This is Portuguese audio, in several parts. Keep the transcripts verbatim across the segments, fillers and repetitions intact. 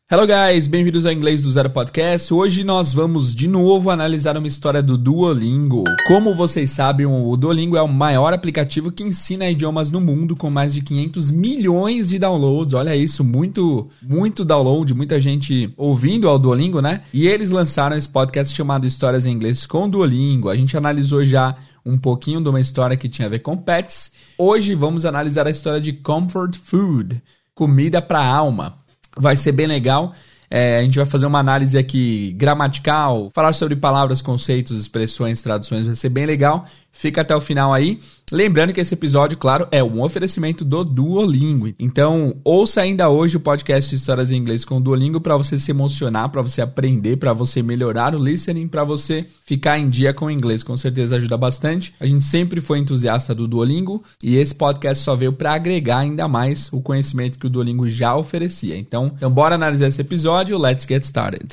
Hello guys, bem-vindos ao Inglês do Zero Podcast. Hoje nós vamos de novo analisar uma história do Duolingo. Como vocês sabem, o Duolingo é o maior aplicativo que ensina idiomas no mundo, com mais de quinhentos milhões de downloads. Olha isso, muito, muito download, muita gente ouvindo ao Duolingo, né? E eles lançaram esse podcast chamado Histórias em Inglês com Duolingo. A gente analisou já um pouquinho de uma história que tinha a ver com pets. Hoje vamos analisar a história de comfort food, comida para a alma. Vai ser bem legal. É, a gente vai fazer uma análise aqui gramatical, falar sobre palavras, conceitos, expressões, traduções, vai ser bem legal. Fica até o final aí. Lembrando que esse episódio, claro, é um oferecimento do Duolingo. Então, ouça ainda hoje o podcast de Histórias em Inglês com o Duolingo para você se emocionar, para você aprender, para você melhorar o listening, para você ficar em dia com o inglês. Com certeza ajuda bastante. A gente sempre foi entusiasta do Duolingo e esse podcast só veio para agregar ainda mais o conhecimento que o Duolingo já oferecia. Então, então bora analisar esse episódio. Let's get started.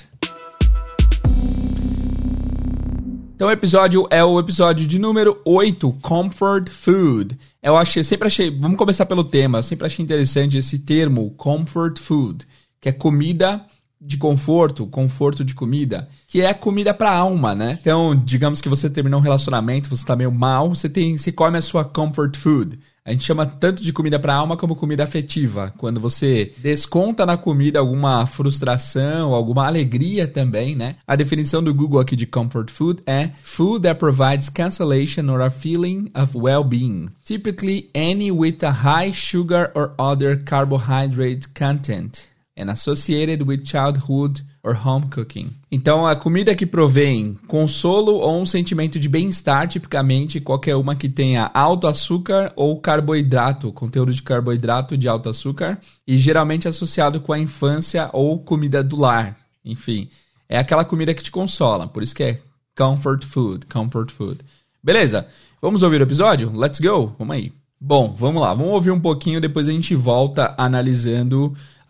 Então o episódio é o episódio de número oito, Comfort Food. Eu achei, sempre achei, vamos começar pelo tema, eu sempre achei interessante esse termo, Comfort Food, que é comida de conforto, conforto de comida, que é comida para a alma, né? Então, digamos que você terminou um relacionamento, você tá meio mal, você, tem, você come a sua Comfort Food. A gente chama tanto de comida para a alma como comida afetiva. Quando você desconta na comida alguma frustração, alguma alegria também, né? A definição do Google aqui de comfort food é food that provides cancellation or a feeling of well-being. Typically any with a high sugar or other carbohydrate content and associated with childhood or home cooking. Então, a comida que provém consolo ou um sentimento de bem-estar, tipicamente qualquer uma que tenha alto açúcar ou carboidrato, conteúdo de carboidrato de alto açúcar, e geralmente associado com a infância ou comida do lar. Enfim, é aquela comida que te consola, por isso que é comfort food, comfort food. Beleza, vamos ouvir o episódio? Let's go, vamos aí. Bom, vamos lá, vamos ouvir um pouquinho, depois a gente volta analisando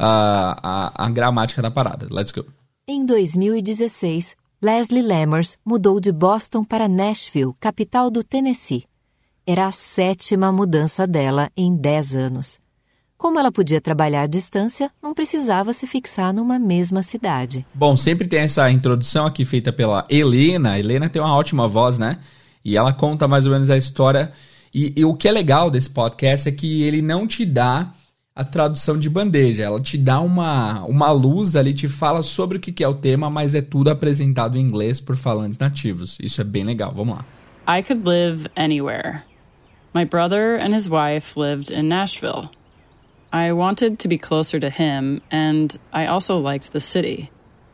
a, a, a gramática da parada. Let's go. Em dois mil e dezesseis, Leslie Lammers mudou de Boston para Nashville, capital do Tennessee. Era a sétima mudança dela em dez anos. Como ela podia trabalhar à distância, não precisava se fixar numa mesma cidade. Bom, sempre tem essa introdução aqui feita pela Helena. A Helena tem uma ótima voz, né? E ela conta mais ou menos a história. E, e o que é legal desse podcast é que ele não te dá a tradução de bandeja, ela te dá uma, uma luz ali, te fala sobre o que é o tema, mas é tudo apresentado em inglês por falantes nativos. Isso é bem legal, vamos lá. I could live anywhere. My brother and his wife lived in Nashville. I wanted to be closer to him, and I also liked the city.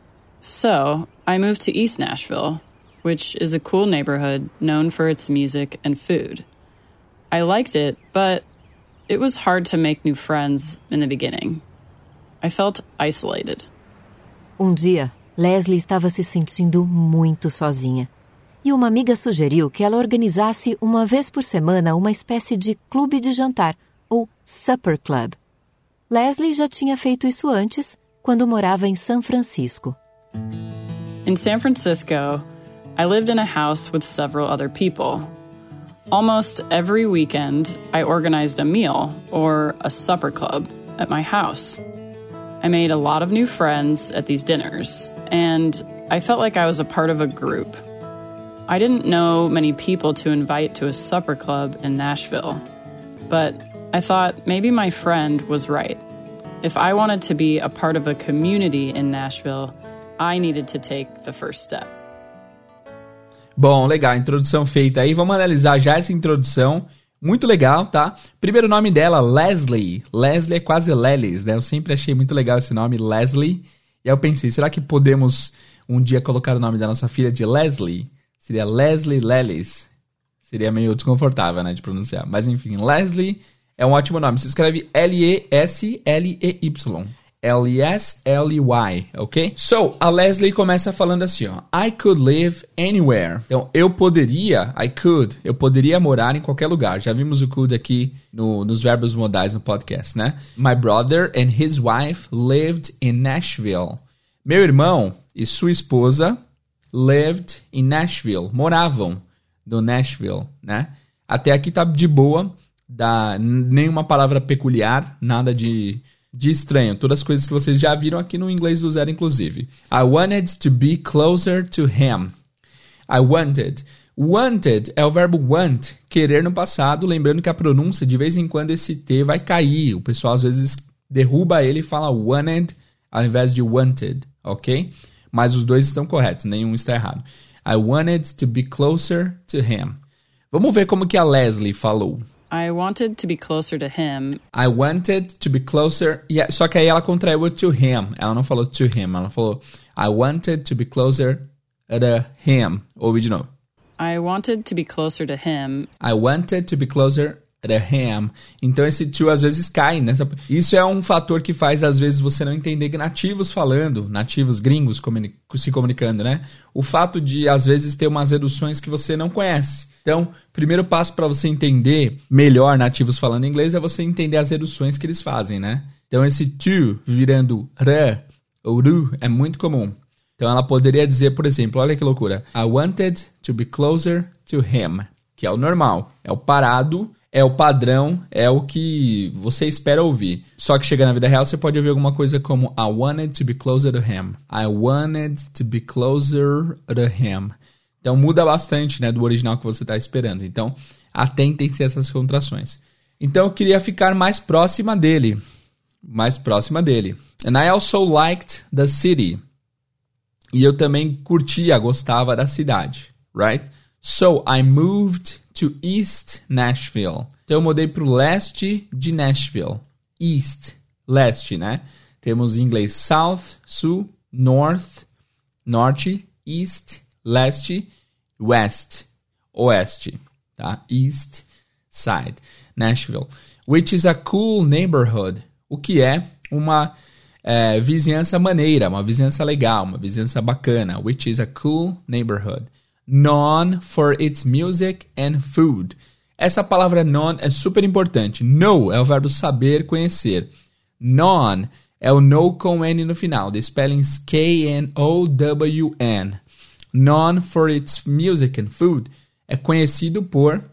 So, I moved to East Nashville, which is a cool neighborhood known for its music and food. I liked it, but it was hard to make new friends in the beginning. I felt isolated. Um dia, Leslie estava se sentindo muito sozinha. E uma amiga sugeriu que ela organizasse uma vez por semana uma espécie de clube de jantar, ou supper club. Leslie já tinha feito isso antes, quando morava em São Francisco. In San Francisco, I lived in a house with several other people. Almost every weekend, I organized a meal or a supper club at my house. I made a lot of new friends at these dinners, and I felt like I was a part of a group. I didn't know many people to invite to a supper club in Nashville, but I thought maybe my friend was right. If I wanted to be a part of a community in Nashville, I needed to take the first step. Bom, legal, introdução feita aí, vamos analisar já essa introdução, muito legal, tá? Primeiro nome dela, Leslie, Leslie é quase Lelis, né? Eu sempre achei muito legal esse nome, Leslie, e aí eu pensei, será que podemos um dia colocar o nome da nossa filha de Leslie? Seria Leslie Lelis, seria meio desconfortável, né, de pronunciar, mas enfim, Leslie é um ótimo nome, se escreve L E S L E Y. L E S L E Y, ok? So, a Leslie começa falando assim, ó. I could live anywhere. Então, eu poderia, I could, eu poderia morar em qualquer lugar. Já vimos o could aqui no, nos verbos modais no podcast, né? My brother and his wife lived in Nashville. Meu irmão e sua esposa lived in Nashville. Moravam no Nashville, né? Até aqui tá de boa. Dá nenhuma palavra peculiar, nada de... de estranho. Todas as coisas que vocês já viram aqui no inglês do zero, inclusive. I wanted to be closer to him. I wanted. Wanted é o verbo want, querer no passado. Lembrando que a pronúncia, de vez em quando, esse T vai cair. O pessoal, às vezes, derruba ele e fala wanted ao invés de wanted, ok? Mas os dois estão corretos, nenhum está errado. I wanted to be closer to him. Vamos ver como que a Leslie falou. I wanted to be closer to him. I wanted to be closer... Yeah, só que aí ela contraiu o to him. Ela não falou to him, ela falou I wanted to be closer to him. Ouve de novo. I wanted to be closer to him. I wanted to be closer to him. Então esse to às vezes cai nessa... Isso é um fator que faz às vezes você não entender nativos falando, nativos gringos comuni... se comunicando, né? O fato de às vezes ter umas reduções que você não conhece. Então, primeiro passo para você entender melhor nativos falando inglês é você entender as reduções que eles fazem, né? Então esse to virando r ou ru é muito comum. Então ela poderia dizer, por exemplo, olha que loucura. I wanted to be closer to him. Que é o normal, é o parado, é o padrão, é o que você espera ouvir. Só que chega na vida real, você pode ouvir alguma coisa como I wanted to be closer to him. I wanted to be closer to him. Então muda bastante, né, do original que você está esperando. Então atentem-se a essas contrações. Então eu queria ficar mais próxima dele. Mais próxima dele. And I also liked the city. E eu também curtia, gostava da cidade. Right? So I moved to East Nashville. Então eu mudei para o leste de Nashville. East, leste, né? Temos em inglês South, Sul, North, Norte, East, leste, West, Oeste, tá? East Side, Nashville. Which is a cool neighborhood. O que é uma é, vizinhança maneira, uma vizinhança legal, uma vizinhança bacana. Which is a cool neighborhood. Known for its music and food. Essa palavra known é super importante. Know é o verbo saber, conhecer. Known é o know com N no final. The spelling is K N O W N. Known for its music and food é conhecido por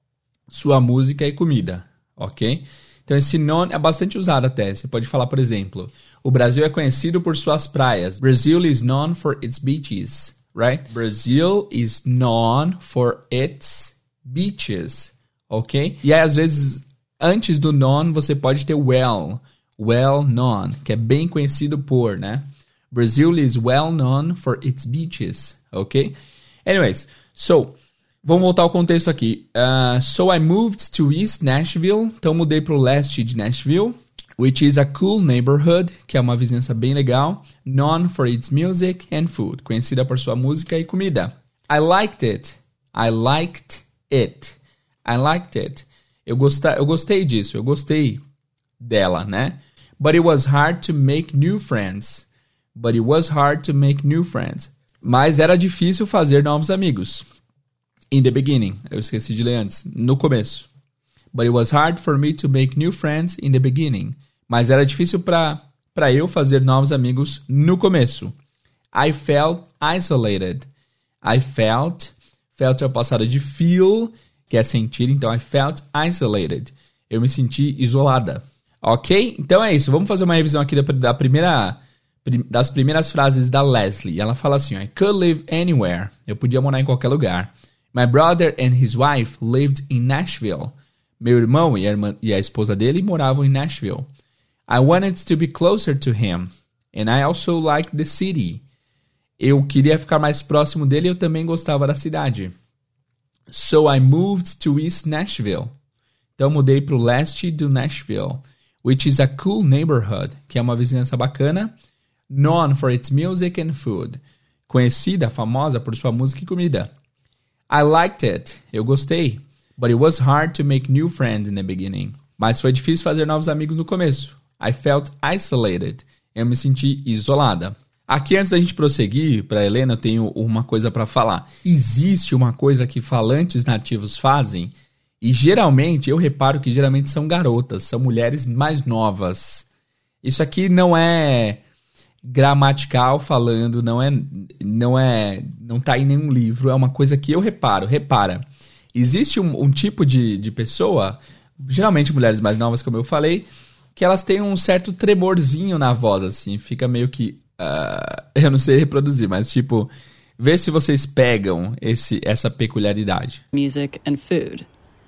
sua música e comida, ok? Então esse known é bastante usado até. Você pode falar, por exemplo, o Brasil é conhecido por suas praias. Brazil is known for its beaches, right? Brazil is known for its beaches, ok? E aí, às vezes, antes do known, você pode ter well, well known, que é bem conhecido por, né? Brazil is well known for its beaches, ok? Anyways, so, vamos voltar ao contexto aqui. Uh, so I moved to East Nashville, então mudei para o leste de Nashville, which is a cool neighborhood, que é uma vizinhança bem legal, known for its music and food, conhecida por sua música e comida. I liked it. I liked it. I liked it. Eu, gosta, eu gostei disso, eu gostei dela, né? But it was hard to make new friends. But it was hard to make new friends. Mas era difícil fazer novos amigos. In the beginning. Eu esqueci de ler antes. No começo. But it was hard for me to make new friends in the beginning. Mas era difícil para para eu fazer novos amigos no começo. I felt isolated. I felt. Felt é o passado de feel, que é sentir. Então, I felt isolated. Eu me senti isolada. Ok? Então é isso. Vamos fazer uma revisão aqui da, da primeira... das primeiras frases da Leslie. Ela fala assim, ó, I could live anywhere. Eu podia morar em qualquer lugar. My brother and his wife lived in Nashville. Meu irmão e a, irmã, e a esposa dele moravam em Nashville. I wanted to be closer to him. And I also liked the city. Eu queria ficar mais próximo dele e eu também gostava da cidade. So I moved to East Nashville. Então mudei para o leste do Nashville. Which is a cool neighborhood. Que é uma vizinhança bacana. Known for its music and food. Conhecida, famosa por sua música e comida. I liked it. Eu gostei. But it was hard to make new friends in the beginning. Mas foi difícil fazer novos amigos no começo. I felt isolated. Eu me senti isolada. Aqui, antes da gente prosseguir, para Helena, eu tenho uma coisa para falar. Existe uma coisa que falantes nativos fazem, e geralmente, eu reparo que geralmente são garotas, são mulheres mais novas. Isso aqui não é gramatical falando, não é, não é, não tá em nenhum livro, é uma coisa que eu reparo. Repara, existe um, um tipo de, de pessoa, geralmente mulheres mais novas, como eu falei, que elas têm um certo tremorzinho na voz, assim. Fica meio que... Uh, eu não sei reproduzir, mas tipo... Vê se vocês pegam esse, essa peculiaridade. Music and food.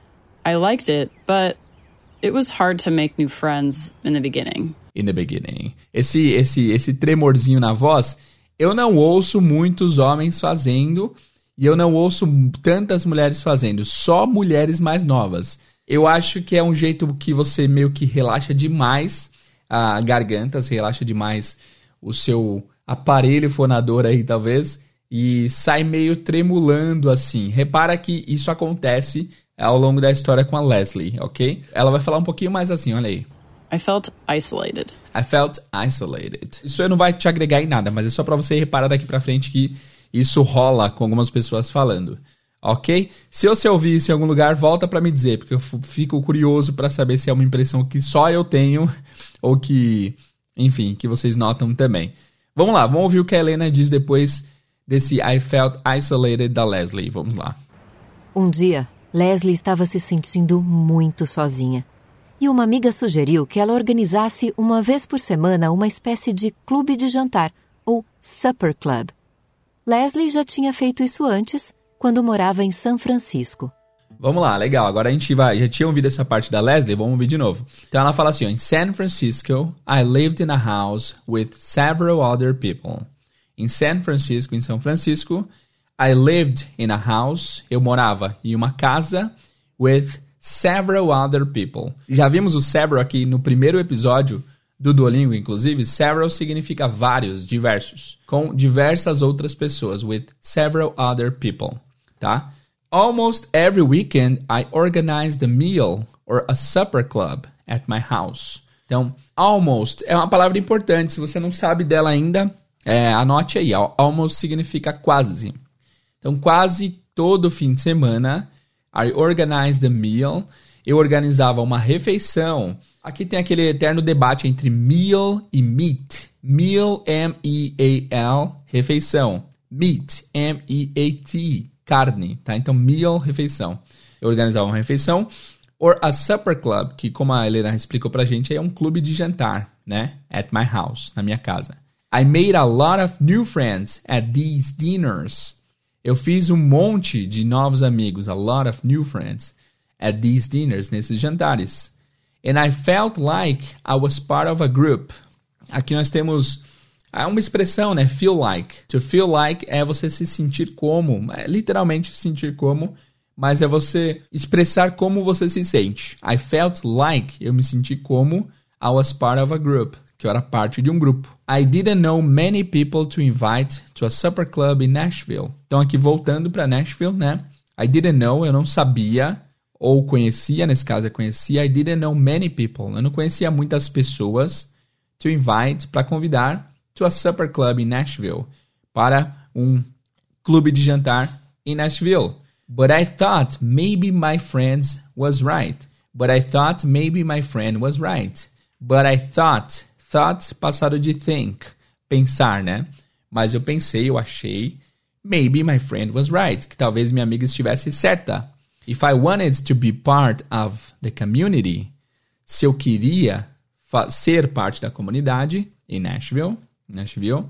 I liked it, but it was hard to make new friends in the beginning. In the beginning. Esse, esse, esse tremorzinho na voz, eu não ouço muitos homens fazendo e eu não ouço tantas mulheres fazendo, só mulheres mais novas. Eu acho que é um jeito que você meio que relaxa demais a garganta, você relaxa demais o seu aparelho fonador aí, talvez, e sai meio tremulando assim. Repara que isso acontece ao longo da história com a Leslie, ok? Ela vai falar um pouquinho mais assim, olha aí. I felt isolated. I felt isolated. Isso não vai te agregar em nada, mas é só pra você reparar daqui pra frente que isso rola com algumas pessoas falando, ok? Se você ouvir isso em algum lugar, volta pra me dizer, porque eu fico curioso pra saber se é uma impressão que só eu tenho ou que, enfim, que vocês notam também. Vamos lá, vamos ouvir o que a Helena diz depois desse I felt isolated da Leslie. Vamos lá. Um dia, Leslie estava se sentindo muito sozinha. E uma amiga sugeriu que ela organizasse uma vez por semana uma espécie de clube de jantar, ou supper club. Leslie já tinha feito isso antes, quando morava em São Francisco. Vamos lá, legal. Agora a gente vai... Já tinha ouvido essa parte da Leslie, vamos ouvir de novo. Então ela fala assim, ó, em San Francisco, I lived in a house with several other people. Em San Francisco, em São Francisco, I lived in a house, eu morava em uma casa with several other people. Já vimos o several aqui no primeiro episódio do Duolingo, inclusive. Several significa vários, diversos, com diversas outras pessoas, with several other people, tá? Almost every weekend, I organized a meal or a supper club at my house. Então, almost é uma palavra importante. Se você não sabe dela ainda, é, anote aí. Almost significa quase. Então, quase todo fim de semana, I organized a meal. Eu organizava uma refeição. Aqui tem aquele eterno debate entre meal e meat. Meal, M E A L, refeição. Meat, M E A T, carne, tá? Então, meal, refeição. Eu organizava uma refeição. Or a supper club, que como a Helena explicou pra gente, é um clube de jantar, né? At my house, na minha casa. I made a lot of new friends at these dinners. Eu fiz um monte de novos amigos, a lot of new friends, at these dinners, nesses jantares. And I felt like I was part of a group. Aqui nós temos uma expressão, né? Feel like. To feel like é você se sentir como, é literalmente sentir como, mas é você expressar como você se sente. I felt like, eu me senti como I was part of a group, que eu era parte de um grupo. I didn't know many people to invite to a supper club in Nashville. Então aqui voltando para Nashville, né? I didn't know, eu não sabia, ou conhecia, nesse caso eu conhecia. I didn't know many people, eu não conhecia muitas pessoas to invite, para convidar to a supper club in Nashville, para um clube de jantar em Nashville. But I thought maybe my friend was right. But I thought maybe my friend was right. But I thought, thought, passado de think, pensar, né? Mas eu pensei, eu achei, maybe my friend was right, que talvez minha amiga estivesse certa. If I wanted to be part of the community, se eu queria ser parte da comunidade em Nashville, Nashville,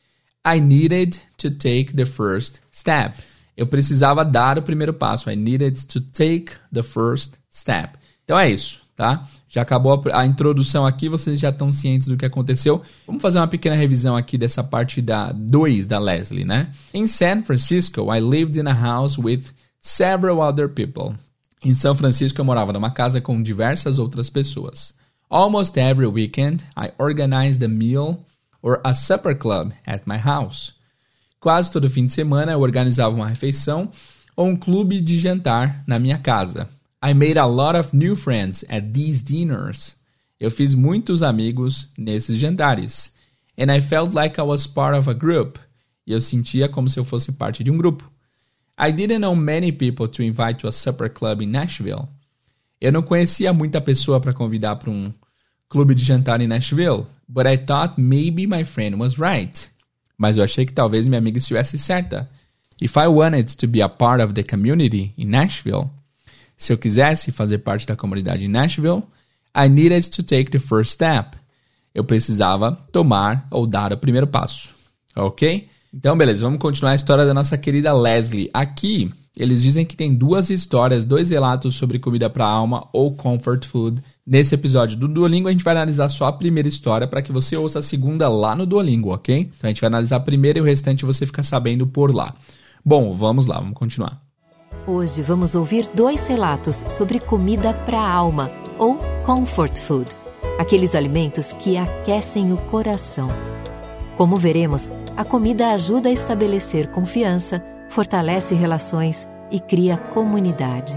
I needed to take the first step. Eu precisava dar o primeiro passo. I needed to take the first step. Então é isso, tá? Já acabou a, a introdução aqui, vocês já estão cientes do que aconteceu. Vamos fazer uma pequena revisão aqui dessa parte da dois da Leslie, né? Em San Francisco, I lived in a house with several other people. Em São Francisco, eu morava numa casa com diversas outras pessoas. Almost every weekend, I organized a meal or a supper club at my house. Quase todo fim de semana, eu organizava uma refeição ou um clube de jantar na minha casa. I made a lot of new friends at these dinners. Eu fiz muitos amigos nesses jantares. And I felt like I was part of a group. E eu sentia como se eu fosse parte de um grupo. I didn't know many people to invite to a supper club in Nashville. Eu não conhecia muita pessoa para convidar para um clube de jantar em Nashville. But I thought maybe my friend was right. Mas eu achei que talvez minha amiga estivesse certa. If I wanted to be a part of the community in Nashville, se eu quisesse fazer parte da comunidade em Nashville, I needed to take the first step. Eu precisava tomar ou dar o primeiro passo. Ok? Então, beleza, vamos continuar a história da nossa querida Leslie. Aqui, eles dizem que tem duas histórias, dois relatos sobre comida para a alma ou comfort food. Nesse episódio do Duolingo, a gente vai analisar só a primeira história para que você ouça a segunda lá no Duolingo, ok? Então, a gente vai analisar a primeira e o restante você fica sabendo por lá. Bom, vamos lá, vamos continuar. Hoje vamos ouvir dois relatos sobre comida para a alma ou comfort food. Aqueles alimentos que aquecem o coração. Como veremos, a comida ajuda a estabelecer confiança, fortalece relações e cria comunidade.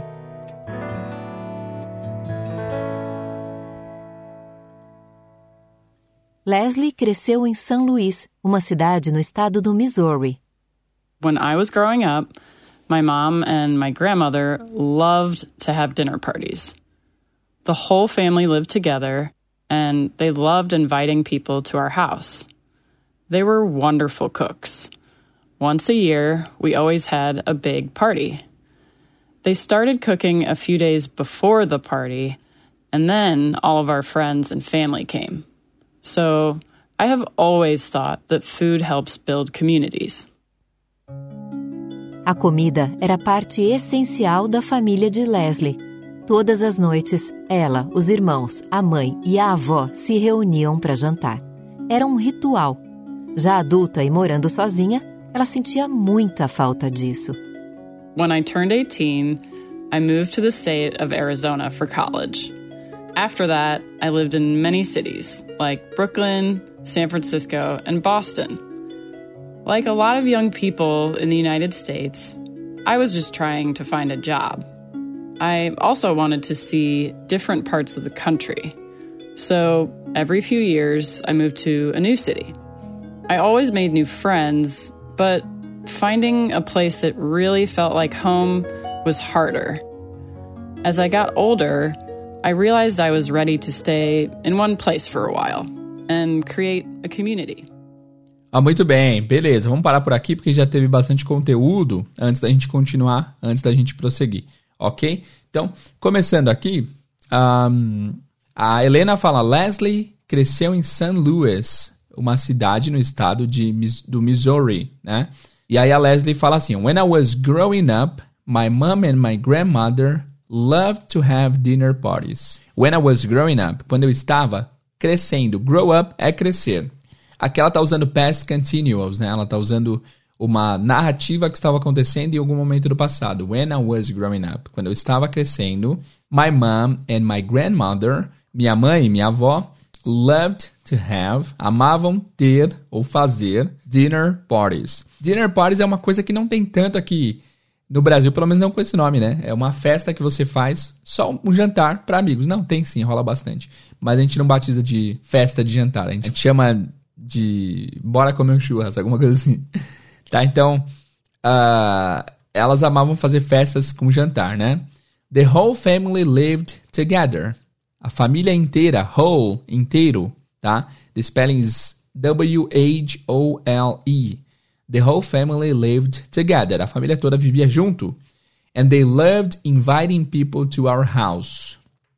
Leslie cresceu em São Luís, uma cidade no estado do Missouri. When I was growing up, my mom and my grandmother loved to have dinner parties. The whole family lived together, and they loved inviting people to our house. They were wonderful cooks. Once a year, we always had a big party. They started cooking a few days before the party, and then all of our friends and family came. So I have always thought that food helps build communities. A comida era parte essencial da família de Leslie. Todas as noites, ela, os irmãos, a mãe e a avó se reuniam para jantar. Era um ritual. Já adulta e morando sozinha, ela sentia muita falta disso. When I turned eighteen, I moved to the state of Arizona for college. After that, I lived in many cities, like Brooklyn, San Francisco, and Boston. Like a lot of young people in the United States, I was just trying to find a job. I also wanted to see different parts of the country. So every few years, I moved to a new city. I always made new friends, but finding a place that really felt like home was harder. As I got older, I realized I was ready to stay in one place for a while and create a community. Ah, muito bem, beleza. Vamos parar por aqui porque já teve bastante conteúdo antes da gente continuar, antes da gente prosseguir, ok? Então, começando aqui, um, a Helena fala, Leslie cresceu em Saint Louis, uma cidade no estado de, do Missouri, né? E aí a Leslie fala assim, When I was growing up, my mom and my grandmother loved to have dinner parties. When I was growing up, quando eu estava crescendo. Grow up é crescer. Aqui ela está usando past continuous, né? Ela está usando uma narrativa que estava acontecendo em algum momento do passado. When I was growing up, quando eu estava crescendo, my mom and my grandmother, minha mãe e minha avó, loved to have, amavam ter ou fazer dinner parties. Dinner parties é uma coisa que não tem tanto aqui no Brasil, pelo menos não com esse nome, né? É uma festa que você faz, só um jantar para amigos. Não, tem sim, rola bastante. Mas a gente não batiza de festa de jantar. A gente, a gente chama de bora comer um churras, alguma coisa assim. Tá, então, uh, elas amavam fazer festas com jantar, né? The whole family lived together. A família inteira, whole, inteiro, tá? The spelling is W H O L E. The whole family lived together. A família toda vivia junto. And they loved inviting people to our house.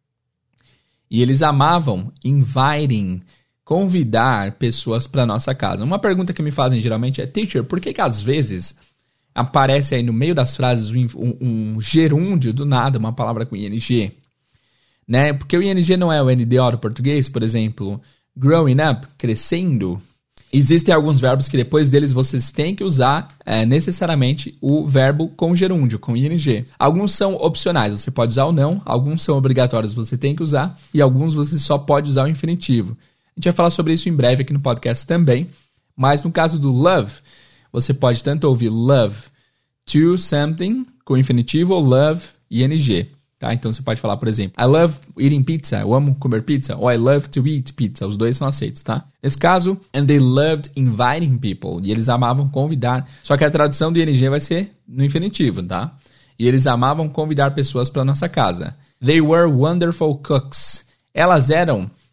E eles amavam inviting, convidar pessoas para nossa casa. Uma pergunta que me fazem geralmente é, teacher, por que que às vezes aparece aí no meio das frases um, um gerúndio do nada, uma palavra com ing? Né? Porque o ing não é o N D O do português, por exemplo, growing up, crescendo. Existem alguns verbos que depois deles vocês têm que usar é, necessariamente o verbo com gerúndio, com ing. Alguns são opcionais, você pode usar ou não. Alguns são obrigatórios, você tem que usar. E alguns você só pode usar o infinitivo. A gente vai falar sobre isso em breve aqui no podcast também. Mas no caso do love, você pode tanto ouvir love to something com infinitivo ou love ing. Tá? Então você pode falar, por exemplo, I love eating pizza, eu amo comer pizza, ou I love to eat pizza, os dois são aceitos, tá? Nesse caso, and they loved inviting people, e eles amavam convidar, só que a tradução do ing vai ser no infinitivo, tá? E eles amavam convidar pessoas para nossa casa. They were wonderful cooks. Elas eram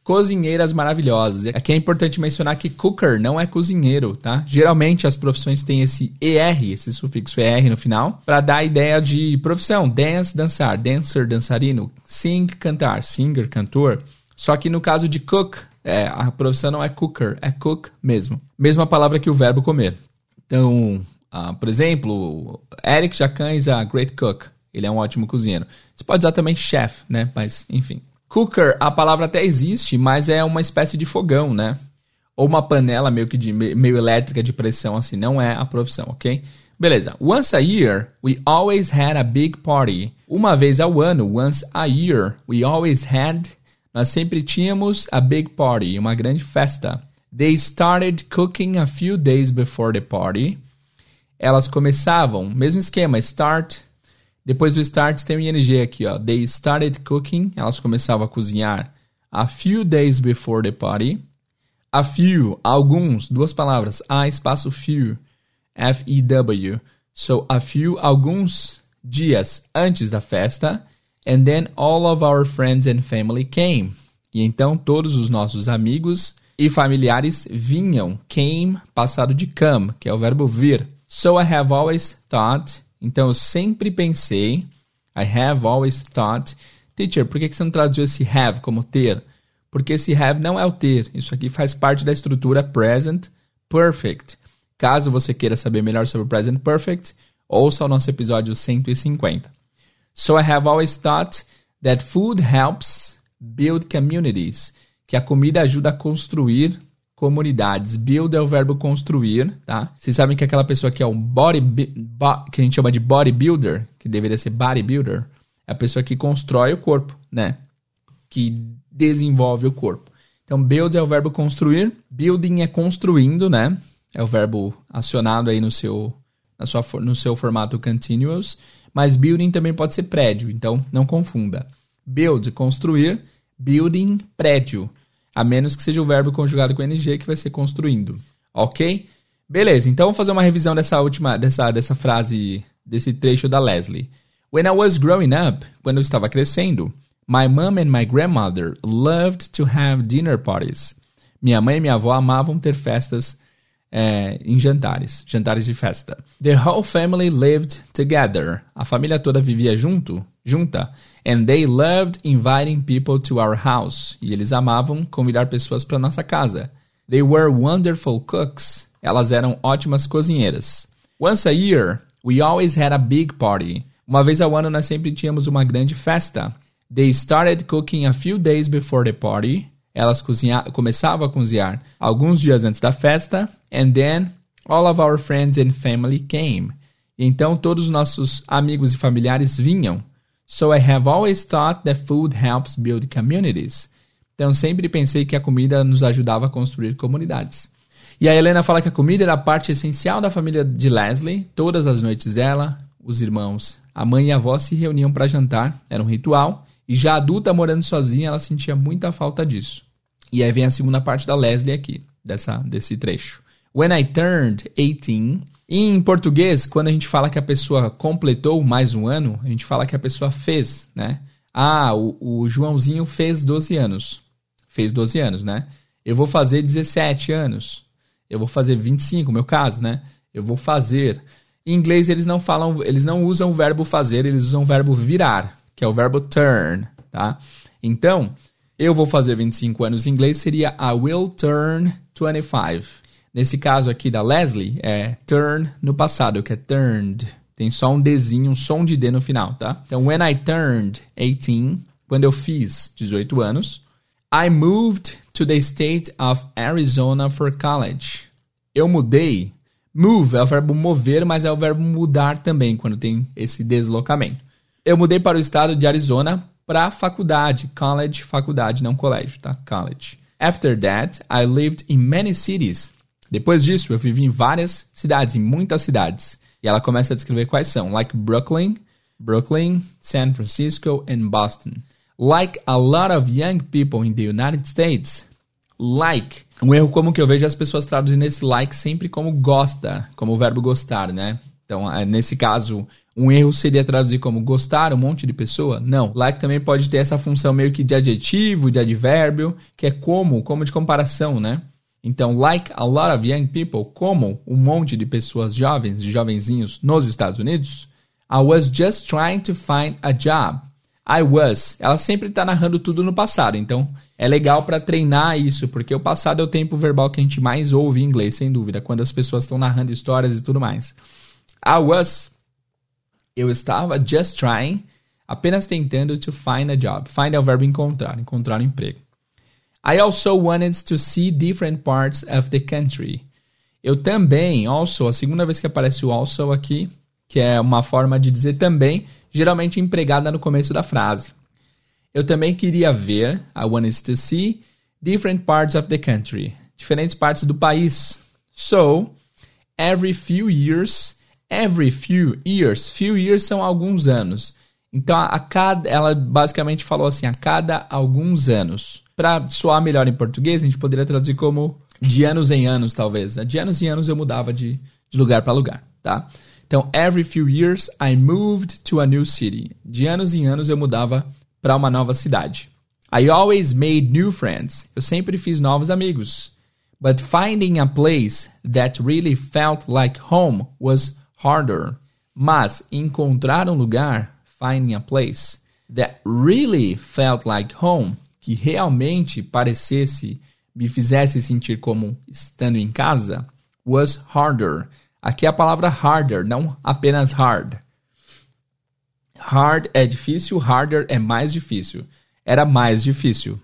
cozinheiras maravilhosas. Aqui é importante mencionar que cooker não é cozinheiro, tá? Geralmente as profissões têm esse er, esse sufixo er no final, para dar a ideia de profissão. Dance, dançar. Dancer, dançarino. Sing, cantar. Singer, cantor. Só que no caso de cook, é, a profissão não é cooker, é cook mesmo. Mesma palavra que o verbo comer. Então, uh, por exemplo, Eric Jacan is a great cook. Ele é um ótimo cozinheiro. Você pode usar também chef, né? Mas, enfim. Cooker, a palavra até existe, mas é uma espécie de fogão, né? Ou uma panela meio que de, meio elétrica de pressão, assim. Não é a profissão, ok? Beleza. Once a year, we always had a big party. Uma vez ao ano, once a year, we always had... Nós sempre tínhamos a big party, uma grande festa. They started cooking a few days before the party. Elas começavam, mesmo esquema, start... Depois do start tem o ing aqui, ó. They started cooking. Elas começavam a cozinhar a few days before the party. A few, alguns, duas palavras. A espaço few. F E W. So, a few, alguns dias antes da festa. And then all of our friends and family came. E então todos os nossos amigos e familiares vinham. Came, passado de come, que é o verbo vir. So, I have always thought... Então, eu sempre pensei, I have always thought, teacher, por que você não traduziu esse have como ter? Porque esse have não é o ter. Isso aqui faz parte da estrutura present perfect. Caso você queira saber melhor sobre o present perfect, ouça o nosso episódio cento e cinquenta. So, I have always thought that food helps build communities. Que a comida ajuda a construir comunidades. Build é o verbo construir, tá? Vocês sabem que aquela pessoa que é um body, bo, que a gente chama de bodybuilder, que deveria ser bodybuilder, é a pessoa que constrói o corpo, né? Que desenvolve o corpo. Então, build é o verbo construir. Building é construindo, né? É o verbo acionado aí no seu, na sua, no seu formato continuous. Mas building também pode ser prédio, então não confunda. Build, construir. Building, prédio. A menos que seja o verbo conjugado com ing, que vai ser construindo. Ok? Beleza, então vamos fazer uma revisão dessa última, dessa, dessa frase, desse trecho da Leslie. When I was growing up, quando eu estava crescendo, my mom and my grandmother loved to have dinner parties. Minha mãe e minha avó amavam ter festas é, em jantares, jantares de festa. The whole family lived together. A família toda vivia junto, junta. And they loved inviting people to our house. E eles amavam convidar pessoas para nossa casa. They were wonderful cooks. Elas eram ótimas cozinheiras. Once a year, we always had a big party. Uma vez ao ano, nós sempre tínhamos uma grande festa. They started cooking a few days before the party. Elas cozinha- começavam a cozinhar alguns dias antes da festa. And then, all of our friends and family came. E então, todos os nossos amigos e familiares vinham. So I have always thought that food helps build communities. Então, sempre pensei que a comida nos ajudava a construir comunidades. E a Helena fala que a comida era a parte essencial da família de Leslie. Todas as noites ela, os irmãos, a mãe e a avó se reuniam para jantar. Era um ritual. E já adulta, morando sozinha, ela sentia muita falta disso. E aí vem a segunda parte da Leslie aqui, dessa, desse trecho. When I turned eighteen... Em português, quando a gente fala que a pessoa completou mais um ano, a gente fala que a pessoa fez, né? Ah, o, o Joãozinho fez doze anos. Fez doze anos, né? Eu vou fazer dezessete anos. Eu vou fazer vinte e cinco, no meu caso, né? Eu vou fazer. Em inglês, eles não falam, eles não usam o verbo fazer, eles usam o verbo virar, que é o verbo turn, tá? Então, eu vou fazer vinte e cinco anos em inglês seria I will turn twenty-five. Nesse caso aqui da Leslie, é turn no passado, que é turned. Tem só um Dzinho, um som de D no final, tá? Então, when I turned eighteen, quando eu fiz dezoito anos, I moved to the state of Arizona for college. Eu mudei. Move é o verbo mover, mas é o verbo mudar também, quando tem esse deslocamento. Eu mudei para o estado de Arizona para faculdade. College, faculdade, não colégio, tá? College. After that, I lived in many cities. Depois disso, eu vivi em várias cidades, em muitas cidades. E ela começa a descrever quais são. Like Brooklyn, Brooklyn, San Francisco and Boston. Like a lot of young people in the United States. Like. Um erro comum que eu vejo é as pessoas traduzindo esse like sempre como gosta, como o verbo gostar, né? Então, nesse caso, um erro seria traduzir como gostar um monte de pessoa? Não. Like também pode ter essa função meio que de adjetivo, de advérbio, que é como, como de comparação, né? Então, like a lot of young people, como um monte de pessoas jovens, de jovenzinhos nos Estados Unidos, I was just trying to find a job. I was. Ela sempre está narrando tudo no passado, então é legal para treinar isso, porque o passado é o tempo verbal que a gente mais ouve em inglês, sem dúvida, quando as pessoas estão narrando histórias e tudo mais. I was, eu estava just trying, apenas tentando to find a job. Find é o verbo encontrar, encontrar um emprego. I also wanted to see different parts of the country. Eu também, also, a segunda vez que aparece o also aqui, que é uma forma de dizer também, geralmente empregada no começo da frase. Eu também queria ver, I wanted to see, different parts of the country. Diferentes partes do país. So, every few years, every few years, few years são alguns anos. Então, a cada, ela basicamente falou assim, a cada alguns anos. Para soar melhor em português, a gente poderia traduzir como de anos em anos, talvez. De anos em anos eu mudava de, de lugar para lugar, tá? Então, every few years, I moved to a new city. De anos em anos eu mudava para uma nova cidade. I always made new friends. Eu sempre fiz novos amigos. But finding a place that really felt like home was harder. Mas encontrar um lugar, finding a place, that really felt like home, que realmente parecesse, me fizesse sentir como estando em casa, was harder. Aqui é a palavra harder, não apenas hard. Hard é difícil, harder é mais difícil. Era mais difícil.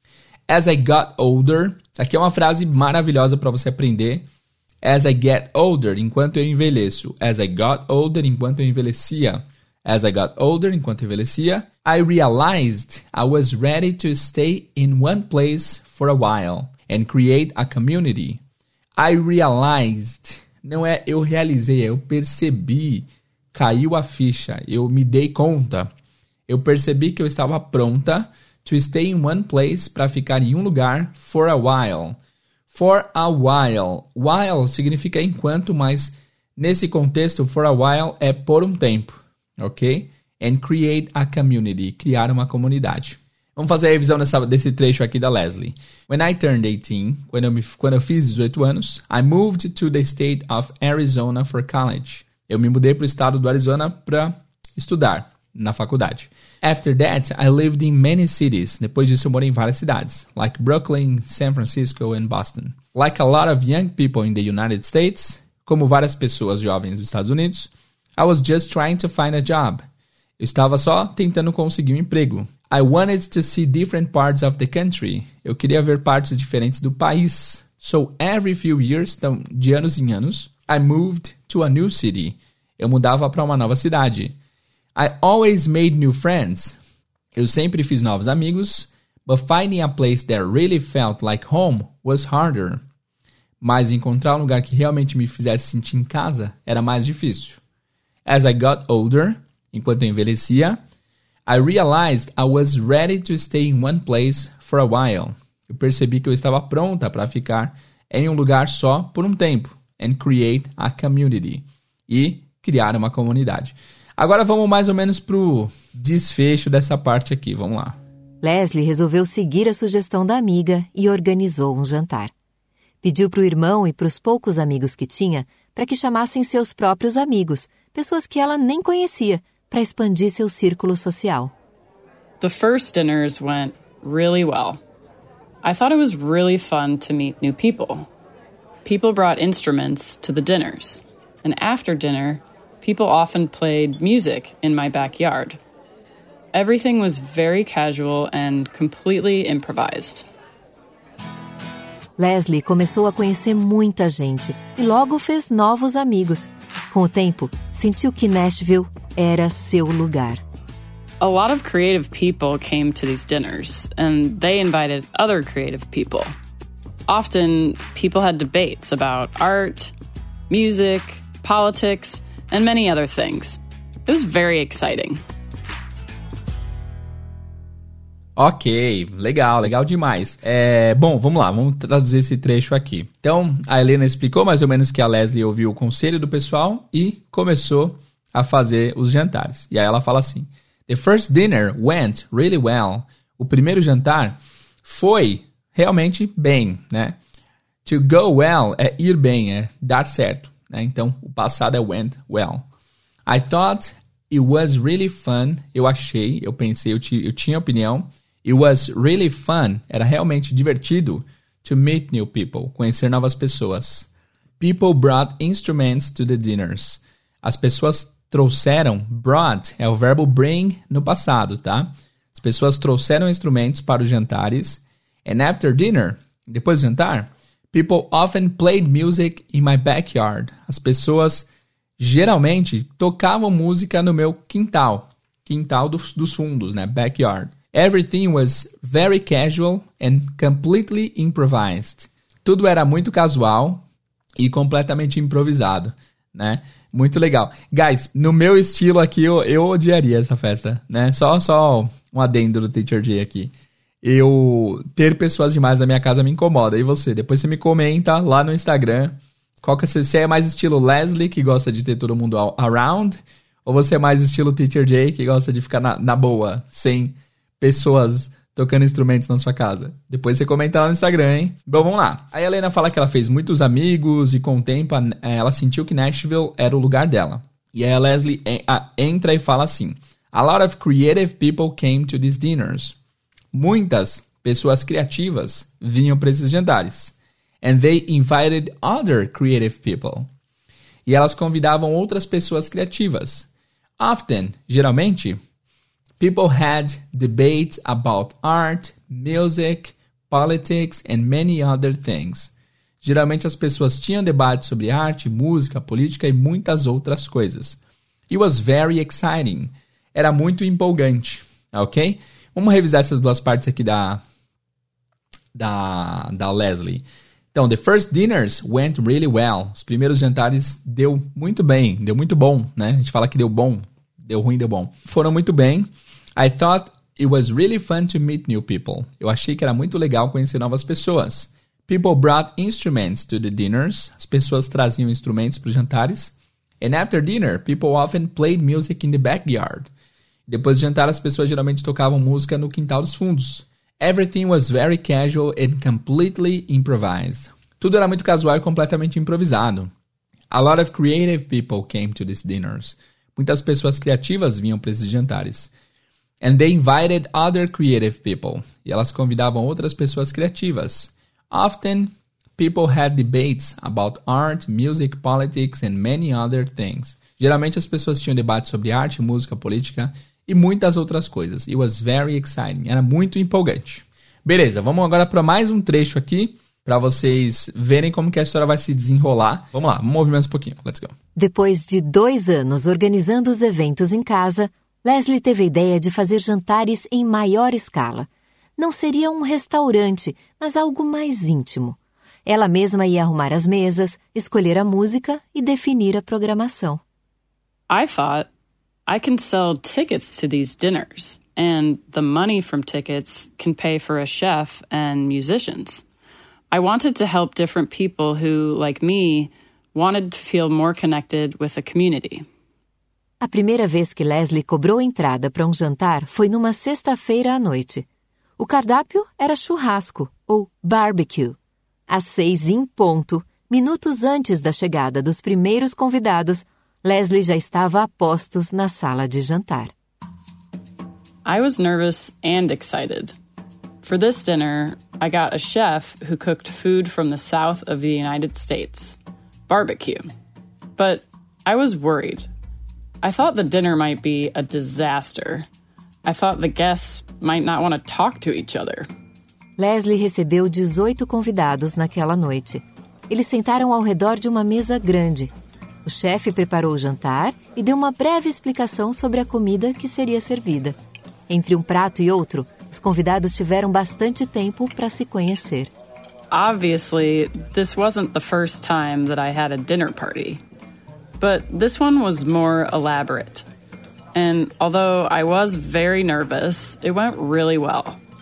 As I got older, aqui é uma frase maravilhosa para você aprender. As I get older, enquanto eu envelheço. As I got older, enquanto eu envelhecia. As I got older, enquanto eu envelhecia. I realized I was ready to stay in one place for a while and create a community. I realized, não é eu realizei, é eu percebi, caiu a ficha, eu me dei conta. Eu percebi que eu estava pronta to stay in one place, para ficar em um lugar for a while. For a while. While significa enquanto, mas nesse contexto, for a while é por um tempo, ok? And create a community, criar uma comunidade. Vamos fazer a revisão dessa, desse trecho aqui da Leslie. When I turned eighteen, quando eu, me, quando eu fiz dezoito anos, I moved to the state of Arizona for college. Eu me mudei para o estado do Arizona para estudar na faculdade. After that, I lived in many cities. Depois disso, eu morei em várias cidades, like Brooklyn, San Francisco and Boston. Like a lot of young people in the United States, como várias pessoas jovens dos Estados Unidos, I was just trying to find a job. Eu estava só tentando conseguir um emprego. I wanted to see different parts of the country. Eu queria ver partes diferentes do país. So, every few years, então, de anos em anos, I moved to a new city. Eu mudava para uma nova cidade. I always made new friends. Eu sempre fiz novos amigos. But finding a place that really felt like home was harder. Mas encontrar um lugar que realmente me fizesse sentir em casa era mais difícil. As I got older, enquanto eu envelhecia, I realized I was ready to stay in one place for a while. Eu percebi que eu estava pronta para ficar em um lugar só por um tempo. And create a community. E criar uma comunidade. Agora vamos mais ou menos para o desfecho dessa parte aqui. Vamos lá. Leslie resolveu seguir a sugestão da amiga e organizou um jantar. Pediu para o irmão e para os poucos amigos que tinha para que chamassem seus próprios amigos, pessoas que ela nem conhecia, para expandir seu círculo social. The first dinners went really well. I thought it was really fun to meet new people. People brought instruments to the dinners, and after dinner, people often played music in my backyard. Everything was very casual and completely improvised. Leslie começou a conhecer muita gente e logo fez novos amigos. Com o tempo, sentiu que Nashville era seu lugar. A lot of creative people came to these dinners, and they invited other creative people. Often, people had debates about art, music, politics, and many other things. It was very exciting. Ok, legal, legal demais. É, bom, vamos lá, vamos traduzir esse trecho aqui. Então, a Helena explicou mais ou menos que a Leslie ouviu o conselho do pessoal e começou a fazer os jantares. E aí ela fala assim: The first dinner went really well. O primeiro jantar foi realmente bem, né? To go well é ir bem, é dar certo, né? Então, o passado é went well. I thought it was really fun. Eu achei, eu pensei, eu, t- eu tinha opinião. It was really fun. Era realmente divertido to meet new people. Conhecer novas pessoas. People brought instruments to the dinners. As pessoas trouxeram, brought é o verbo bring no passado, tá? As pessoas trouxeram instrumentos para os jantares. And after dinner, depois do jantar, people often played music in my backyard. As pessoas geralmente tocavam música no meu quintal. Quintal dos, dos fundos, né? Backyard. Everything was very casual and completely improvised. Tudo era muito casual e completamente improvisado, né? Muito legal. Guys, no meu estilo aqui, eu, eu odiaria essa festa, né? Só, só um adendo do Teacher Jay aqui. Eu ter pessoas demais na minha casa me incomoda. E você? Depois você me comenta lá no Instagram. Qual que é, você é mais estilo Leslie, que gosta de ter todo mundo around? Ou você é mais estilo Teacher Jay, que gosta de ficar na, na boa, sem pessoas tocando instrumentos na sua casa? Depois você comenta lá no Instagram, hein? Bom, vamos lá. A Helena fala que ela fez muitos amigos e com o tempo ela sentiu que Nashville era o lugar dela. E aí a Leslie entra e fala assim: A lot of creative people came to these dinners. Muitas pessoas criativas vinham para esses jantares. And they invited other creative people. E elas convidavam outras pessoas criativas. Often, geralmente, people had debates about art, music, politics, and many other things. Geralmente as pessoas tinham debates sobre arte, música, política e muitas outras coisas. It was very exciting. Era muito empolgante, ok? Vamos revisar essas duas partes aqui da, da, da Leslie. Então, the first dinners went really well. Os primeiros jantares deu muito bem, deu muito bom, né? A gente fala que deu bom, deu ruim, deu bom. Foram muito bem. I thought it was really fun to meet new people. Eu achei que era muito legal conhecer novas pessoas. People brought instruments to the dinners. As pessoas traziam instrumentos para os jantares. And after dinner, people often played music in the backyard. Depois de jantar, as pessoas geralmente tocavam música no quintal dos fundos. Everything was very casual and completely improvised. Tudo era muito casual e completamente improvisado. A lot of creative people came to these dinners. Muitas pessoas criativas vinham para esses jantares. And they invited other creative people. E elas convidavam outras pessoas criativas. Often, people had debates about art, music, politics, and many other things. Geralmente as pessoas tinham debates sobre arte, música, política e muitas outras coisas. It was very exciting. Era muito empolgante. Beleza, vamos agora para mais um trecho aqui, para vocês verem como que a história vai se desenrolar. Vamos lá, vamos ouvir mais um pouquinho. Let's go. Depois de dois anos organizando os eventos em casa, Leslie teve a ideia de fazer jantares em maior escala. Não seria um restaurante, mas algo mais íntimo. Ela mesma ia arrumar as mesas, escolher a música e definir a programação. I thought, I can sell tickets to these dinners, and the money from tickets can pay for a chef and musicians. I wanted to help different people who, like me, wanted to feel more connected with the community. A primeira vez que Leslie cobrou entrada para um jantar foi numa sexta-feira à noite. O cardápio era churrasco, ou barbecue. Às seis em ponto, minutos antes da chegada dos primeiros convidados, Leslie já estava a postos na sala de jantar. I was nervous and excited. For this dinner, I got a chef who cooked food from the south of the United States, barbecue. But I was worried. I thought the dinner might be a disaster. I thought the guests might not want to talk to each other. Leslie recebeu dezoito convidados naquela noite. Eles sentaram ao redor de uma mesa grande. O chefe preparou o jantar e deu uma breve explicação sobre a comida que seria servida. Entre um prato e outro, os convidados tiveram bastante tempo para se conhecer. Obviously, this wasn't the first time that I had a dinner party. But this one was more elaborate. And although I was very nervous, it went really well.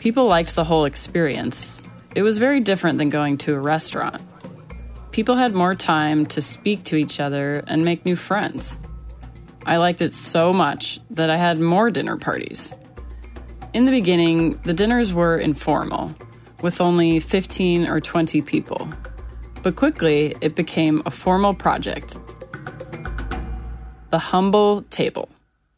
People liked the whole experience. It was very different than going to a restaurant. People had more time to speak to each other and make new friends. I liked it so much that I had more dinner parties. In the beginning, the dinners were informal, with only fifteen or twenty people. But quickly, it became a formal project. The Humble Table.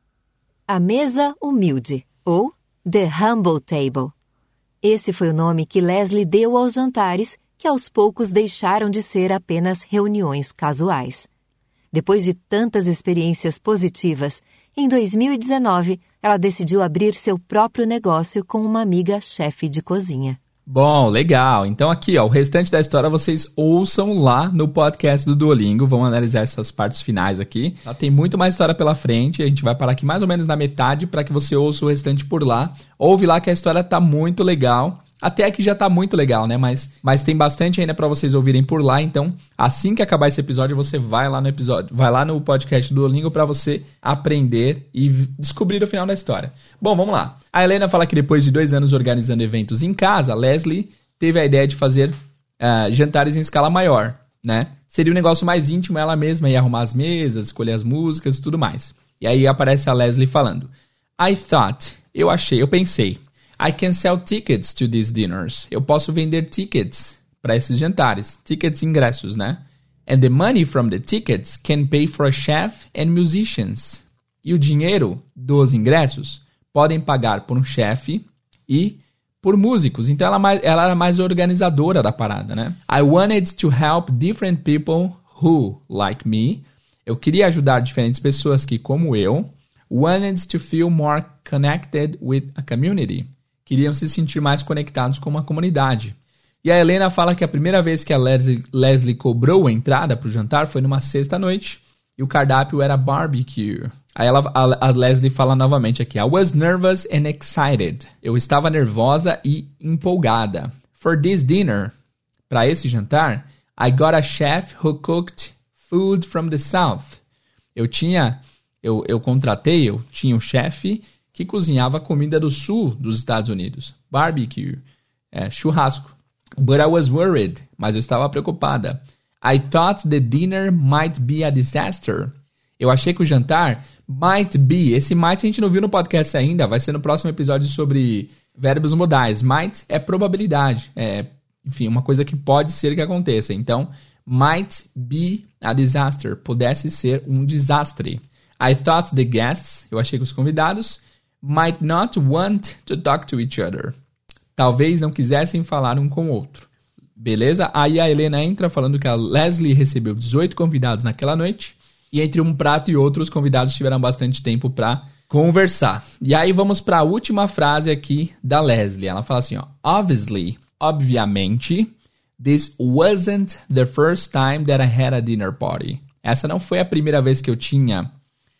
A mesa humilde, ou The Humble Table. Esse foi o nome que Leslie deu aos jantares, que aos poucos deixaram de ser apenas reuniões casuais. Depois de tantas experiências positivas, em dois mil e dezenove, ela decidiu abrir seu próprio negócio com uma amiga chefe de cozinha. Bom, legal. Então aqui, ó, o restante da história vocês ouçam lá no podcast do Duolingo. Vamos analisar essas partes finais aqui. Tá? Tem muito mais história pela frente. A gente vai parar aqui mais ou menos na metade para que você ouça o restante por lá. Ouve lá que a história tá muito legal. Até aqui já tá muito legal, né? Mas, mas tem bastante ainda para vocês ouvirem por lá. Então, assim que acabar esse episódio, você vai lá no episódio, vai lá no podcast do Duolingo para você aprender e descobrir o final da história. Bom, vamos lá. A Helena fala que depois de dois anos organizando eventos em casa, Leslie teve a ideia de fazer uh, jantares em escala maior, né? Seria um negócio mais íntimo, ela mesma ia arrumar as mesas, escolher as músicas e tudo mais. E aí aparece a Leslie falando: I thought, eu achei, eu pensei, I can sell tickets to these dinners. Eu posso vender tickets para esses jantares. Tickets, ingressos, né? And the money from the tickets can pay for a chef and musicians. E o dinheiro dos ingressos podem pagar por um chefe e por músicos. Então ela, mais, ela era mais organizadora da parada, né? I wanted to help different people who, like me, eu queria ajudar diferentes pessoas que, como eu, wanted to feel more connected with a community. Queriam se sentir mais conectados com uma comunidade. E a Helena fala que a primeira vez que a Leslie, Leslie cobrou a entrada para o jantar foi numa sexta-noite e o cardápio era barbecue. Aí ela, a, a Leslie fala novamente aqui: I was nervous and excited. Eu estava nervosa e empolgada. For this dinner, para esse jantar, I got a chef who cooked food from the South. Eu tinha, eu, eu contratei, eu tinha um chefe que cozinhava comida do sul dos Estados Unidos. Barbecue, é, churrasco. But I was worried, mas eu estava preocupada. I thought the dinner might be a disaster. Eu achei que o jantar might be, esse might a gente não viu no podcast ainda, vai ser no próximo episódio sobre verbos modais. Might é probabilidade, é, enfim, uma coisa que pode ser que aconteça. Então, might be a disaster, pudesse ser um desastre. I thought the guests, eu achei que os convidados, might not want to talk to each other. Talvez não quisessem falar um com o outro. Beleza? Aí a Helena entra falando que a Leslie recebeu dezoito convidados naquela noite. E entre um prato e outro, os convidados tiveram bastante tempo para conversar. E aí vamos para a última frase aqui da Leslie. Ela fala assim, ó. Obviously, obviamente, this wasn't the first time that I had a dinner party. Essa não foi a primeira vez que eu tinha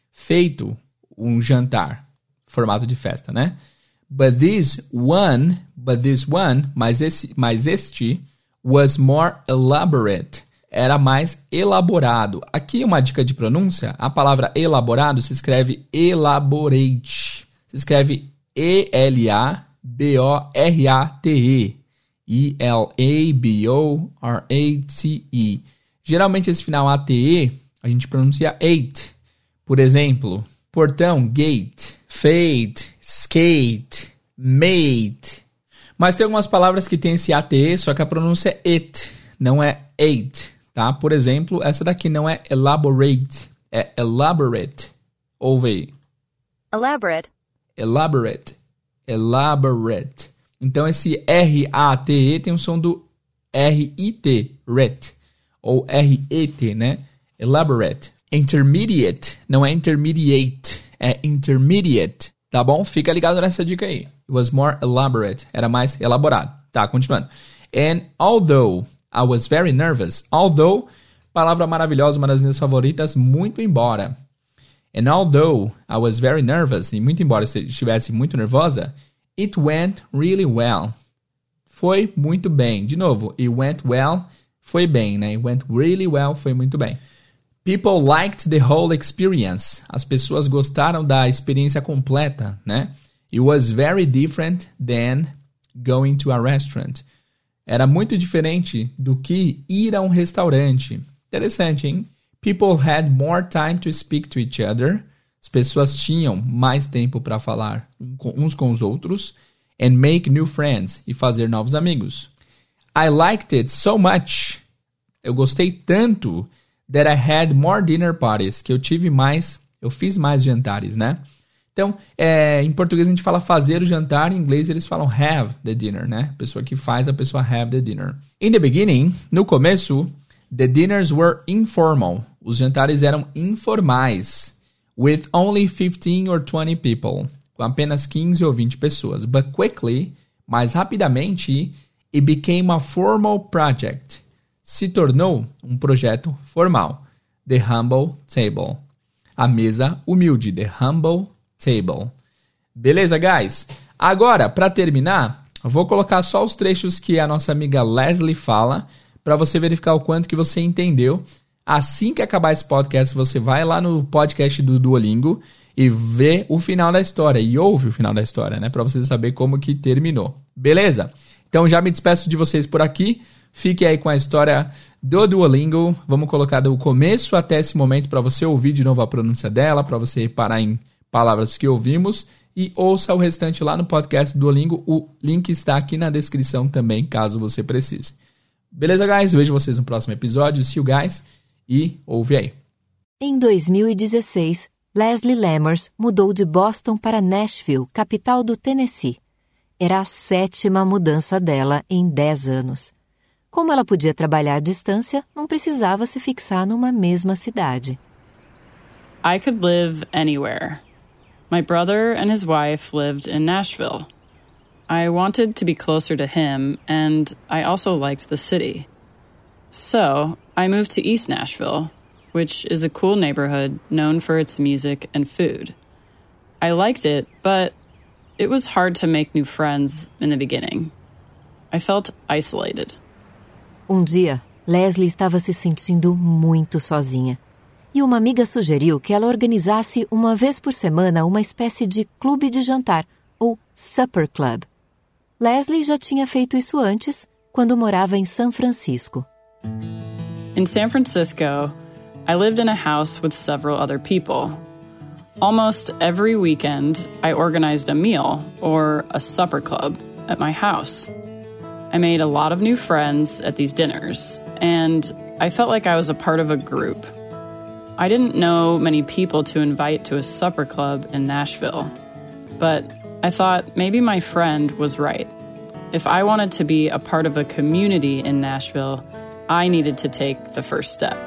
feito um jantar. Formato de festa, né? But this one, but this one, mas, esse, mas este was more elaborate. Era mais elaborado. Aqui uma dica de pronúncia. A palavra elaborado se escreve elaborate. Se escreve E L A B O R A T E. E L A B O R A T E. Geralmente esse final A T E a gente pronuncia ate. Por exemplo, portão, gate. Fade, skate, mate. Mas tem algumas palavras que tem esse A T E, só que a pronúncia é it, não é ate, tá? Por exemplo, essa daqui não é elaborate, é elaborate. Ouve aí. Elaborate. Elaborate. Elaborate. Então esse R A T E tem o som do R I T, ret, ou R E T, né? Elaborate. Intermediate, não é intermediate. É intermediate, tá bom? Fica ligado nessa dica aí. It was more elaborate. Era mais elaborado. Tá, continuando. And although I was very nervous. Although, palavra maravilhosa, uma das minhas favoritas, muito embora. And although I was very nervous, e muito embora eu estivesse muito nervosa, it went really well. Foi muito bem. De novo, it went well, foi bem, né? It went really well, foi muito bem. People liked the whole experience. As pessoas gostaram da experiência completa, né? It was very different than going to a restaurant. Era muito diferente do que ir a um restaurante. Interessante, hein? People had more time to speak to each other. As pessoas tinham mais tempo para falar uns com os outros. And make new friends. E fazer novos amigos. I liked it so much. Eu gostei tanto that I had more dinner parties. Que eu tive mais, eu fiz mais jantares, né? Então, é, em português a gente fala fazer o jantar, em inglês eles falam have the dinner, né? A pessoa que faz, a pessoa have the dinner. In the beginning, no começo, the dinners were informal. Os jantares eram informais. With only fifteen or twenty people. Com apenas quinze ou vinte pessoas. But quickly, mais rapidamente, it became a formal project. Se tornou um projeto formal. The humble table. A mesa humilde. The humble table. Beleza, guys? Agora, para terminar, eu vou colocar só os trechos que a nossa amiga Leslie fala para você verificar o quanto que você entendeu. Assim que acabar esse podcast, você vai lá no podcast do Duolingo e vê o final da história. E ouve o final da história, né? Para você saber como que terminou. Beleza? Então, já me despeço de vocês por aqui. Fique aí com a história do Duolingo. Vamos colocar do começo até esse momento para você ouvir de novo a pronúncia dela, para você reparar em palavras que ouvimos, e ouça o restante lá no podcast do Duolingo. O link está aqui na descrição também, caso você precise. Beleza, guys? Vejo vocês no próximo episódio. See you guys. E ouve aí. Em dois mil e dezesseis, Leslie Lammers mudou de Boston para Nashville, capital do Tennessee. Era a sétima mudança dela em dez anos. Como ela podia trabalhar à distância, não precisava se fixar numa mesma cidade. I could live anywhere. My brother and his wife lived in Nashville. I wanted to be closer to him, and I also liked the city. So, I moved to East Nashville, which is a cool neighborhood known for its music and food. I liked it, but it was hard to make new friends in the beginning. I felt isolated. Um dia, Leslie estava se sentindo muito sozinha. E uma amiga sugeriu que ela organizasse uma vez por semana uma espécie de clube de jantar, ou supper club. Leslie já tinha feito isso antes, quando morava em São Francisco. In San Francisco, I lived in a house with several other people. Almost every weekend, I organized a meal, or a supper club, at my house. I made a lot of new friends at these dinners, and I felt like I was a part of a group. I didn't know many people to invite to a supper club in Nashville, but I thought maybe my friend was right. If I wanted to be a part of a community in Nashville, I needed to take the first step.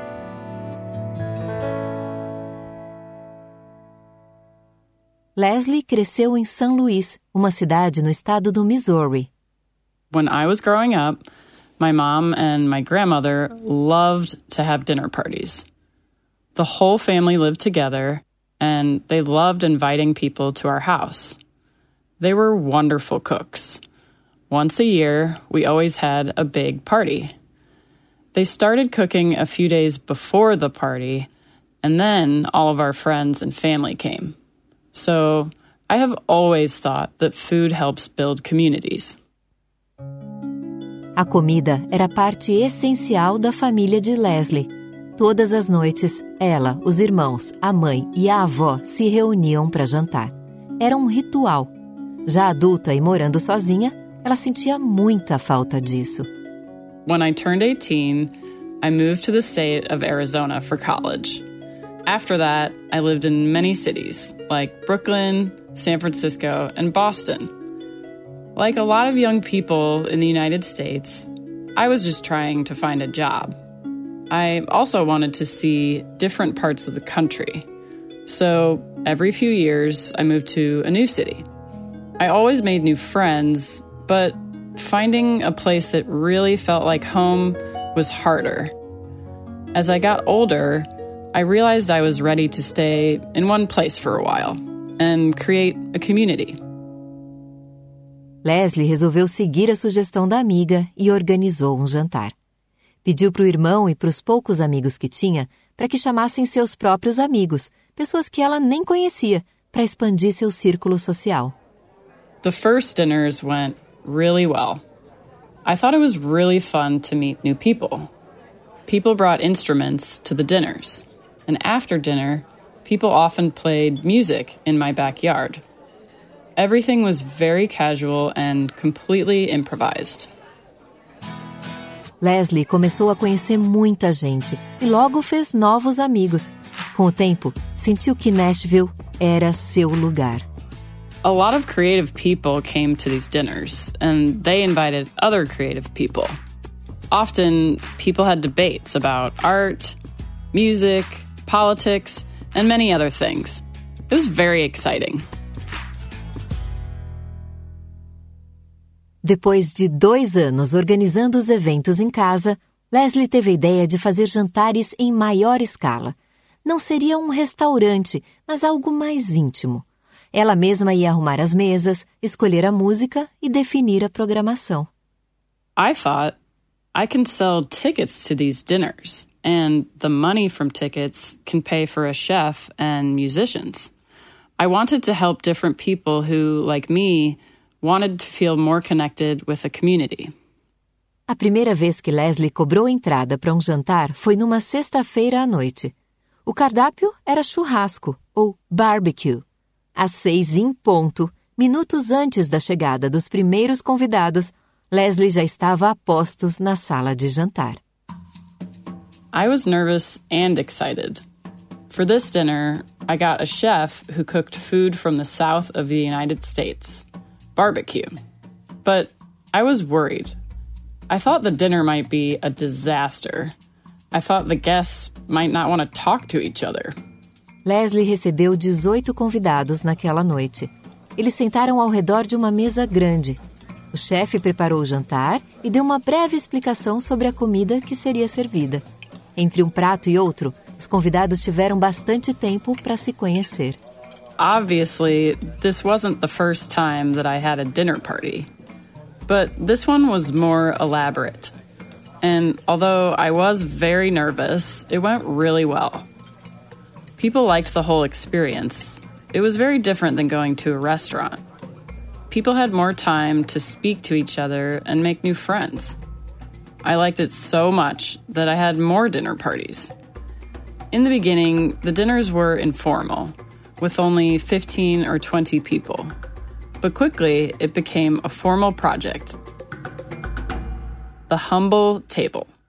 Leslie cresceu em Saint Louis, uma cidade no estado do Missouri. When I was growing up, my mom and my grandmother loved to have dinner parties. The whole family lived together, and they loved inviting people to our house. They were wonderful cooks. Once a year, we always had a big party. They started cooking a few days before the party, and then all of our friends and family came. So I have always thought that food helps build communities. A comida era parte essencial da família de Leslie. Todas as noites, ela, os irmãos, a mãe e a avó se reuniam para jantar. Era um ritual. Já adulta e morando sozinha, ela sentia muita falta disso. When I turned eighteen, I moved to the state of Arizona for college. After that, I lived in many cities, like Brooklyn, San Francisco, and Boston. Like a lot of young people in the United States, I was just trying to find a job. I also wanted to see different parts of the country. So every few years, I moved to a new city. I always made new friends, but finding a place that really felt like home was harder. As I got older, I realized I was ready to stay in one place for a while and create a community. Leslie resolveu seguir a sugestão da amiga e organizou um jantar. Pediu para o irmão e para os poucos amigos que tinha para que chamassem seus próprios amigos, pessoas que ela nem conhecia, para expandir seu círculo social. The first dinners went really well. I thought it was really fun to meet new people. People brought instruments to the dinners, and after dinner, people often played music in my backyard. Everything was very casual and completely improvised. Leslie começou a conhecer muita gente e logo fez novos amigos. Com o tempo, sentiu que Nashville era seu lugar. A lot of creative people came to these dinners, and they invited other creative people. Often, people had debates about art, music, politics, and many other things. It was very exciting. Depois de dois anos organizando os eventos em casa, Leslie teve a ideia de fazer jantares em maior escala. Não seria um restaurante, mas algo mais íntimo. Ela mesma ia arrumar as mesas, escolher a música e definir a programação. I thought, I can sell tickets to these dinners, and the money from tickets can pay for a chef and musicians. I wanted to help different people who, like me, wanted to feel more connected with the community. A primeira vez que Leslie cobrou entrada para um jantar foi numa sexta-feira à noite. O cardápio era churrasco, ou barbecue. Às seis em ponto, minutos antes da chegada dos primeiros convidados, Leslie já estava a postos na sala de jantar. I was nervous and excited. For this dinner, I got a chef who cooked food from the south of the United States. Barbecue. But I was worried. I thought the dinner might be a disaster. I thought the guests might not want to talk to each other. Leslie recebeu dezoito convidados naquela noite. Eles sentaram ao redor de uma mesa grande. O chefe preparou o jantar e deu uma breve explicação sobre a comida que seria servida. Entre um prato e outro, os convidados tiveram bastante tempo para se conhecer. Obviously, this wasn't the first time that I had a dinner party. But this one was more elaborate. And although I was very nervous, it went really well. People liked the whole experience. It was very different than going to a restaurant. People had more time to speak to each other and make new friends. I liked it so much that I had more dinner parties. In the beginning, the dinners were informal, with only fifteen or twenty people. But quickly, it became a formal project. The Humble Table.